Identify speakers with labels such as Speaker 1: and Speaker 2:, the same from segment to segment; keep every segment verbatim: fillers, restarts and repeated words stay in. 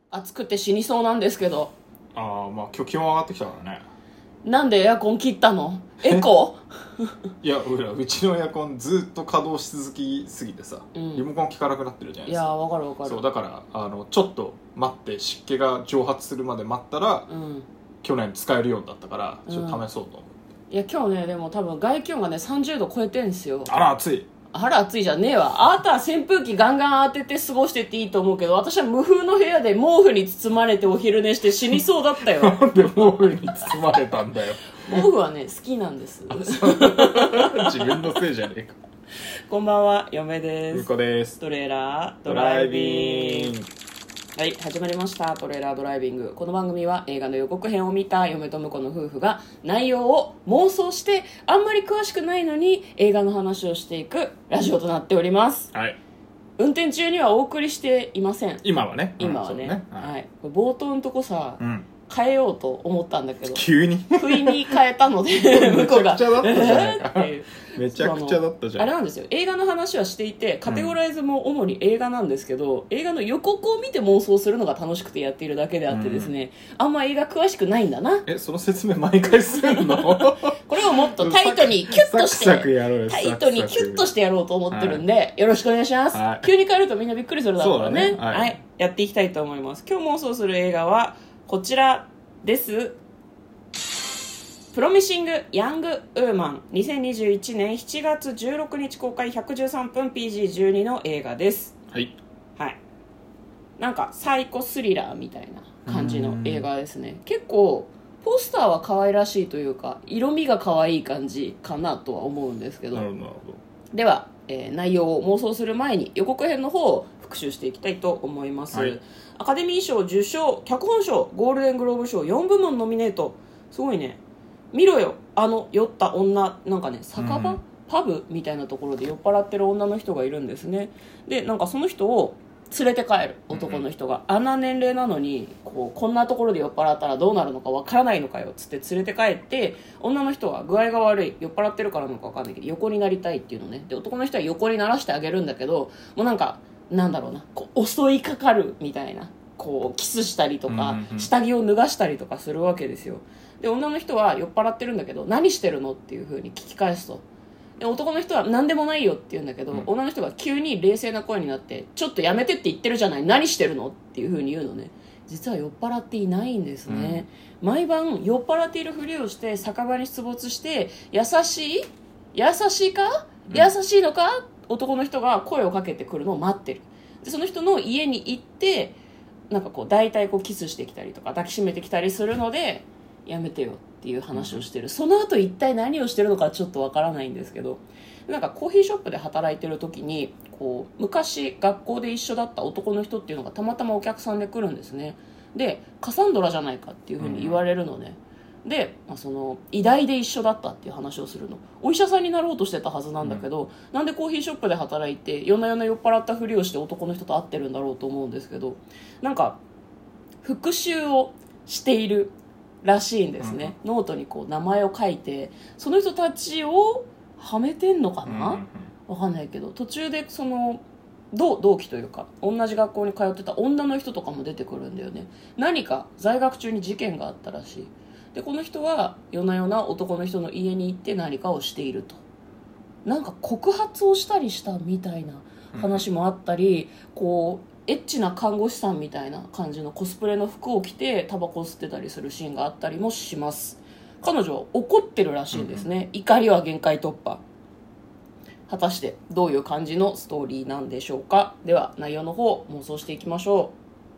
Speaker 1: 暑くて死にそうなんですけど。
Speaker 2: ああ、まあ今日気温上がってきたからね。
Speaker 1: なんでエアコン切ったの？エコ
Speaker 2: いや、うちのエアコンずっと稼働し続きすぎてさ、うん、リモコン効かなくなってるじゃないですか。
Speaker 1: いやわかるわかる。
Speaker 2: そうだからあのちょっと待って湿気が蒸発するまで待ったら、うん、去年使えるようになったからちょっと試そうと思って、
Speaker 1: うん、いや今日ねでも多分外気温がねさんじゅうど超えてんすよ。
Speaker 2: あら暑い。
Speaker 1: あら暑いじゃねえわ。あなたは扇風機ガンガン当てて過ごしてっていいと思うけど、私は無風の部屋で毛布に包まれてお昼寝して死にそうだったよ。
Speaker 2: なんで毛布に包まれたんだよ。
Speaker 1: 毛布はね好きなんです。
Speaker 2: 自分のせいじゃねえか。
Speaker 1: こんばんは、嫁です。
Speaker 2: ゆうこです。
Speaker 1: トレーラードライビング。はい、始まりました。トレーラードライビング。この番組は映画の予告編を見た嫁と婿の夫婦が内容を妄想してあんまり詳しくないのに映画の話をしていくラジオとなっております。
Speaker 2: はい。
Speaker 1: 運転中にはお送りしていません。
Speaker 2: 今はね。
Speaker 1: 今はね。
Speaker 2: うん、ね
Speaker 1: はい。冒頭のとこさ、うん、変えようと思ったんだけど
Speaker 2: 急に
Speaker 1: 不意に変えたので向こうが
Speaker 2: めちゃくちゃだったじゃないかめちゃくちゃだったじゃん。
Speaker 1: あれなんですよ、映画の話はしていてカテゴライズも主に映画なんですけど、うん、映画の予告を見て妄想するのが楽しくてやっているだけであってですね、うん、あんま映画詳しくないんだな。
Speaker 2: え、その説明毎回するの？
Speaker 1: これをもっとタイトにキュッとして
Speaker 2: サクサクやろうよ。
Speaker 1: タイトにキュッとしてやろうと思ってるんで、はい、よろしくお願いします、はい、急に変えるとみんなびっくりするだろうからね。
Speaker 2: そうだね、はい、
Speaker 1: はい、やっていきたいと思います。今日妄想する映画はこちらです。プロミシング・ヤング・ウーマン、にせんにじゅういちねんしちがつじゅうろくにち公開、ひゃくじゅうさんぷん ピージーじゅうに の映画です。
Speaker 2: はい、
Speaker 1: はい、なんかサイコスリラーみたいな感じの映画ですね。結構ポスターは可愛らしいというか色味が可愛い感じかなとは思うんですけど、
Speaker 2: なるほど。
Speaker 1: では、えー、内容を妄想する前に予告編の方を復習していきたいと思います、はい、アカデミー賞受賞、脚本賞、ゴールデングローブ賞よんぶもんノミネート。すごいね。見ろよ、あの酔った女。なんかね、酒場、うん、パブみたいなところで酔っ払ってる女の人がいるんですね。でなんかその人を連れて帰る男の人が、うん、あんな年齢なのにこうこんなところで酔っ払ったらどうなるのかわからないのかよっつって連れて帰って、女の人は具合が悪い、酔っ払ってるからなのかわかんないけど横になりたいっていうのね。で男の人は横にならしてあげるんだけど、もうなんかなんだろうな、こう襲いかかるみたいな、こうキスしたりとか、うんうん、下着を脱がしたりとかするわけですよ。で女の人は酔っ払ってるんだけど何してるのっていう風に聞き返すと、で男の人は何でもないよって言うんだけど、うん、女の人が急に冷静な声になって、ちょっとやめてって言ってるじゃない、何してるのっていう風に言うのね。実は酔っ払っていないんですね、うん、毎晩酔っ払っているふりをして酒場に出没して、優しい優しいか優しいのか、うん、男の人が声をかけてくるのを待ってる。でその人の家に行ってなんかこう大体こうキスしてきたりとか抱きしめてきたりするのでやめてよっていう話をしてる。その後一体何をしてるのかちょっとわからないんですけど、なんかコーヒーショップで働いてる時にこう昔学校で一緒だった男の人っていうのがたまたまお客さんで来るんですね。でカサンドラじゃないかっていうふうに言われるのね、うん、で、まあ、その医大で一緒だったっていう話をするの。お医者さんになろうとしてたはずなんだけど、うん、なんでコーヒーショップで働いて夜な夜な酔っ払ったふりをして男の人と会ってるんだろうと思うんですけど、なんか復讐をしているらしいんですね、うん、ノートにこう名前を書いてその人たちをはめてんのかな、うん、わかんないけど途中でその同, 同期というか同じ学校に通ってた女の人とかも出てくるんだよね。何か在学中に事件があったらしい。でこの人は夜な夜な男の人の家に行って何かをしていると、なんか告発をしたりしたみたいな話もあったり、うん、こうエッチな看護師さんみたいな感じのコスプレの服を着てタバコを吸ってたりするシーンがあったりもします。彼女は怒ってるらしいんですね、うんうん、怒りは限界突破。果たしてどういう感じのストーリーなんでしょうか。では内容の方妄想していきましょ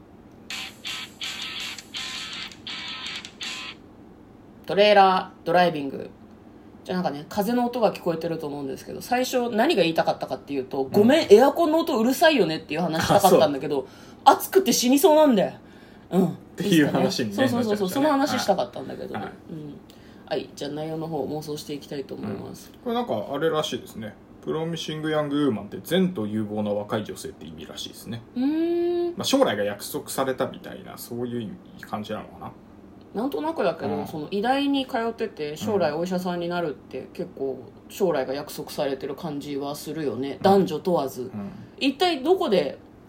Speaker 1: う。トレーラードライビング。じゃあなんかね、風の音が聞こえてると思うんですけど、最初何が言いたかったかっていうと、うん、ごめんエアコンの音うるさいよねっていう話したかったんだけど、暑くて死にそうなんだよ、うんっていう話に、ね、そうそうそうそう、その話したかったんだけどね、はい、うん、はい、じゃあ内容の方妄想していきたいと思います、
Speaker 2: うん、これなんかあれらしいですね。プロミシングヤングウーマンって前途有望な若い女性って意味らしいですね。
Speaker 1: うーん、
Speaker 2: まあ、将来が約束されたみたいなそういう感じなのかな。
Speaker 1: なんとなくだけど、うん、その医大に通ってて将来お医者さんになるって結構将来が約束されてる感じはするよね、男女問わず、うん、一体どこで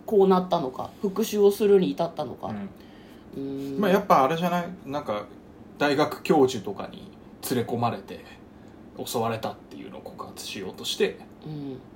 Speaker 1: こうなったのか、復讐をするに至ったのか、
Speaker 2: うん、
Speaker 1: うーん、
Speaker 2: まあ、やっぱあれじゃない、なんか大学教授とかに連れ込まれて襲われたっていうのを告発しようとして、
Speaker 1: うん、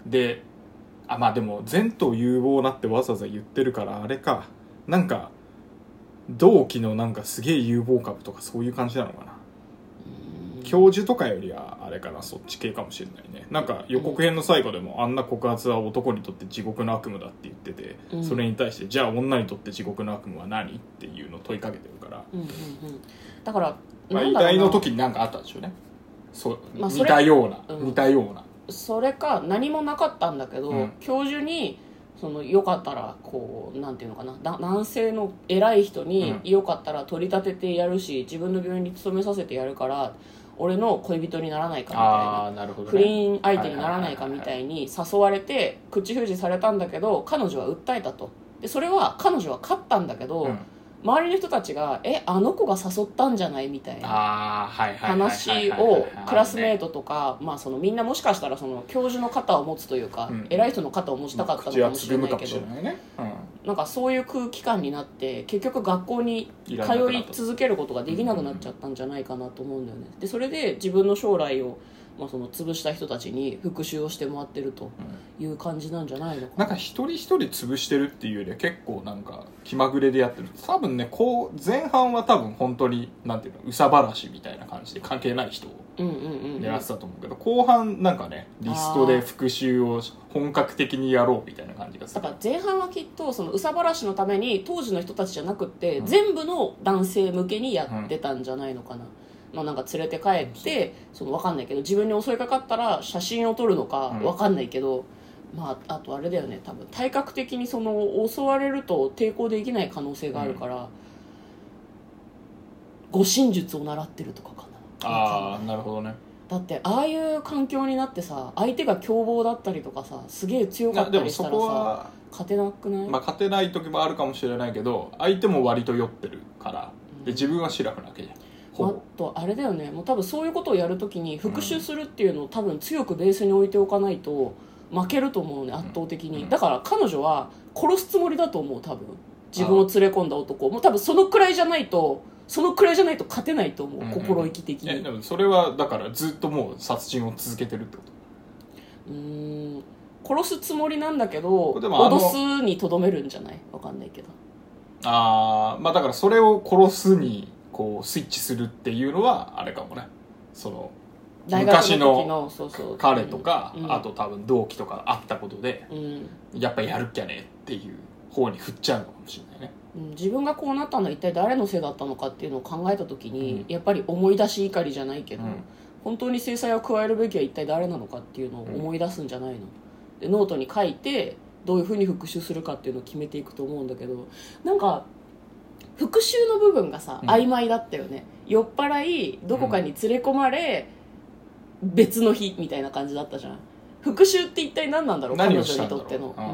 Speaker 2: であまあでも前途有望なってわざわざ言ってるからあれか、なんか同期のなんかすげえ有望株とかそういう感じなのかな、うん、教授とかよりはあれかな、そっち系かもしれないね。なんか予告編の最後でも、うん、あんな告発は男にとって地獄の悪夢だって言ってて、うん、それに対してじゃあ女にとって地獄の悪夢は何っていうのを問いかけてるから、うんうんうん、
Speaker 1: だから
Speaker 2: まあ、遺体の時に何かあったんでしょうね、そう、まあ、似たような、うん、似たような、
Speaker 1: それか何もなかったんだけど、うん、教授にそのよかったらこうなんていうのかな、男性の偉い人に、うん、よかったら取り立ててやるし自分の病院に勤めさせてやるから俺の恋人にならないかみたいな、なるほどね、不倫相手にならないかみたいに誘われて口封じされたんだけど彼女は訴えたと。でそれは彼女は勝ったんだけど、うん、周りの人たちがえあの子が誘ったんじゃないみたいな話をクラスメートとか、まあ、そのみんなもしかしたらその教授の肩を持つというか、うん、偉い人の肩を持ちたかったのかもしれないけど、ねうん、なんかそういう空気感になって結局学校に通い続けることができなくなっちゃったんじゃないかなと思うんだよね。でそれで自分の将来をまあ、その潰した人たちに復讐をしてもらってるという感じなんじゃないのかな。
Speaker 2: なんか一人一人潰してるっていうよりは結構なんか気まぐれでやってる。多分ねこう前半は多分本当になんていうの憂さ晴らしみたいな感じで関係ない人を狙ってたと思うけど、後半なんかねリストで復讐を本格的にやろうみたいな感じがする。
Speaker 1: だから前半はきっとその憂さ晴らしのために当時の人たちじゃなくって、うん、全部の男性向けにやってたんじゃないのかな、うんまあ、なんか連れて帰ってその分かんないけど自分に襲いかかったら写真を撮るのか分かんないけど、うんまあ、あとあれだよね多分体格的にその襲われると抵抗できない可能性があるから、うん、護身術を習ってるとかか
Speaker 2: な。ああなるほどね。
Speaker 1: だってああいう環境になってさ相手が凶暴だったりとかさすげえ強かったりしたらさ勝てなくない？
Speaker 2: まあ勝てない時もあるかもしれないけど相手も割と酔ってるからで自分はシラフなわけじゃん。
Speaker 1: あとあれだよねもう多分そういうことをやるときに復讐するっていうのを多分強くベースに置いておかないと負けると思うね圧倒的に。だから彼女は殺すつもりだと思う多分自分を連れ込んだ男もう多分そのくらいじゃないとそのくらいじゃないと勝てないと思う、うんうん、心意気的に。
Speaker 2: えでもそれはだからずっともう殺人を続けてるってこと？
Speaker 1: うーん殺すつもりなんだけど脅すにとどめるんじゃない？わかんないけど。
Speaker 2: ああまあだからそれを殺すにこうスイッチするっていうのはあれかもね。その昔の彼とか、うん、あと多分同期とか会ったことで、うん、やっぱやるっきゃねっていう方に振っちゃうのかもしれないね、
Speaker 1: うん、自分がこうなったのは一体誰のせいだったのかっていうのを考えた時に、うん、やっぱり思い出し怒りじゃないけど、うん、本当に制裁を加えるべきは一体誰なのかっていうのを思い出すんじゃないの、でノートに書いてどういうふうに復讐するかっていうのを決めていくと思うんだけどなんか復讐の部分がさ、うん、曖昧だったよね。酔っ払いどこかに連れ込まれ、うん、別の日みたいな感じだったじゃん。復讐って一体何なんだろう彼女にとっての、うん、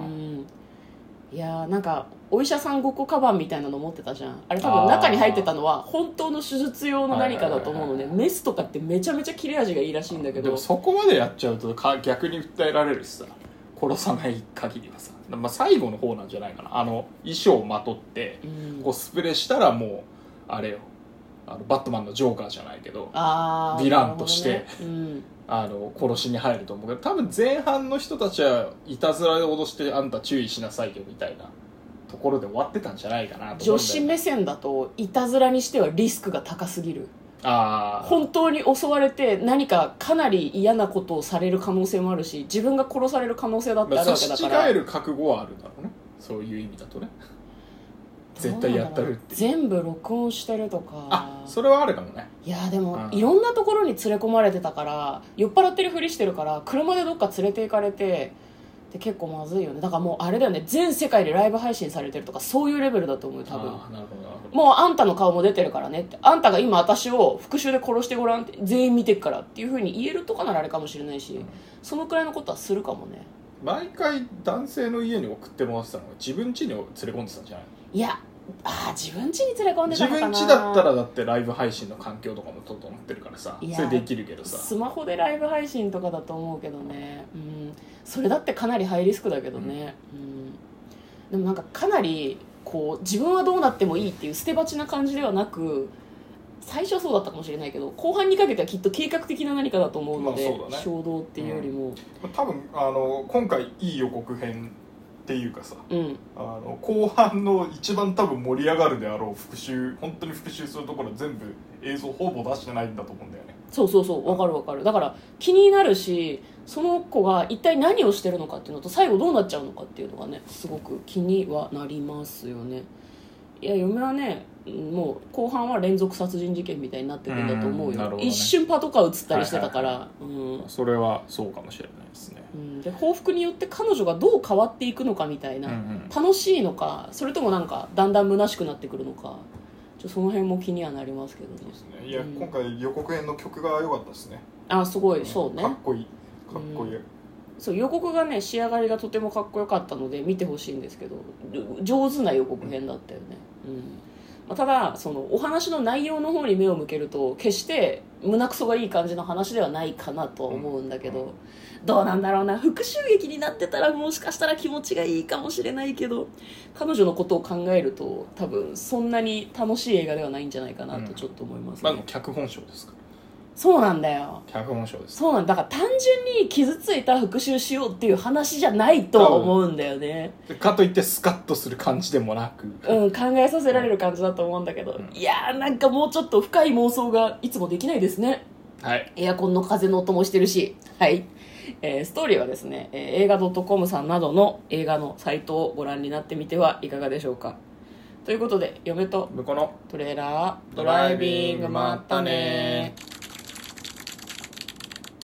Speaker 1: いやーなんかお医者さんごっこカバンみたいなの持ってたじゃん。あれ多分中に入ってたのは本当の手術用の何かだと思うので、メスとかってめちゃめちゃ切れ味がいいらしいんだけど、
Speaker 2: でもそこまでやっちゃうとか逆に訴えられるしさ殺さない限りはさ、まあ、最後の方なんじゃないかな。あの衣装をまとってコスプレしたらもうあれよあのバットマンのジョーカーじゃないけど
Speaker 1: あ
Speaker 2: ヴィランとして、ね
Speaker 1: うん、
Speaker 2: あの殺しに入ると思うけど多分前半の人たちはいたずらで脅してあんた注意しなさいよみたいなところで終わってたんじゃないかなと思うんだよね。女子
Speaker 1: 目線だといたずらにしてはリスクが高すぎる。
Speaker 2: あ
Speaker 1: 本当に襲われて何かかなり嫌なことをされる可能性もあるし自分が殺される可能性だってあるわけだから、まあ、
Speaker 2: 差し違える覚悟はあるんだろうね。そういう意味だとね絶対やったるって
Speaker 1: 全部録音してるとか
Speaker 2: あそれはあるかもね。
Speaker 1: いやでも、うん、いろんなところに連れ込まれてたから酔っ払ってるふりしてるから車でどっか連れて行かれてで結構まずいよね。だからもうあれだよね全世界でライブ配信されてるとかそういうレベルだと思う多分。
Speaker 2: あなるほどなるほど。
Speaker 1: もうあんたの顔も出てるからねってあんたが今私を復讐で殺してごらんって全員見てるからっていう風に言えるとかならあれかもしれないし、うん、そのくらいのことはするかもね。
Speaker 2: 毎回男性の家に送ってもらってたのが自分家に連れ込んでたんじゃない？
Speaker 1: いやあ自分家に連れ込んでたのかな。
Speaker 2: 自分家だったらだってライブ配信の環境とかも整ってるからさそれできるけどさ
Speaker 1: スマホでライブ配信とかだと思うけどね、うん、それだってかなりハイリスクだけどね、うんうん、 でもなんかかなりこう自分はどうなってもいいっていう捨て鉢な感じではなく、最初はそうだったかもしれないけど後半にかけてはきっと計画的な何かだと思うので、
Speaker 2: まあそうだね、
Speaker 1: 衝動っていうよりも、うん、
Speaker 2: 多分あの今回いい予告編っていうかさ、
Speaker 1: うん、
Speaker 2: あの後半の一番多分盛り上がるであろう復習、本当に復習するところ全部映像ほぼ出してないんだと思うんだよね。
Speaker 1: そうそうそう、わかるわかる。だから気になるし、その子が一体何をしてるのかっていうのと最後どうなっちゃうのかっていうのがね、すごく気にはなりますよね。いや、嫁はね、もう後半は連続殺人事件みたいになってくんだと思うよ、
Speaker 2: うん、ね、
Speaker 1: 一瞬パトカー映ったりしてたから、はいはいはい、うん、
Speaker 2: それはそうかもしれないですね、
Speaker 1: うん、で報復によって彼女がどう変わっていくのかみたいな、うんうん、楽しいのかそれともなんかだんだん虚しくなってくるのか、ちょその辺も気にはなりますけどね。
Speaker 2: そうですね、いや、うん、今回予告編の曲が良かったですね。
Speaker 1: あ、すごい、そうね、
Speaker 2: かっこいいかっこいい、うん、
Speaker 1: そう予告がね仕上がりがとてもかっこよかったので見てほしいんですけど、上手な予告編だったよね、うんまあ、ただそのお話の内容の方に目を向けると決して胸くそがいい感じの話ではないかなと思うんだけど、うんうん、どうなんだろうな、復讐劇になってたらもしかしたら気持ちがいいかもしれないけど、彼女のことを考えると多分そんなに楽しい映画ではないんじゃないかなとちょっと思いますね、
Speaker 2: うん、まあ、脚本賞ですか。
Speaker 1: そうなんだよ、
Speaker 2: 脚本賞です。
Speaker 1: そうなんだ、だから単純に傷ついた復讐しようっていう話じゃないとは思うんだよね。
Speaker 2: かといってスカッとする感じでもなく、
Speaker 1: うん、考えさせられる感じだと思うんだけど、うん、いやーなんかもうちょっと深い妄想がいつもできないですね。
Speaker 2: はい、
Speaker 1: エアコンの風の音もしてるし、はい、えー、ストーリーはですね、えー、映画 .com さんなどの映画のサイトをご覧になってみてはいかがでしょうか。ということで、嫁と
Speaker 2: 向こうの
Speaker 1: トレーラードライビング、まったねー。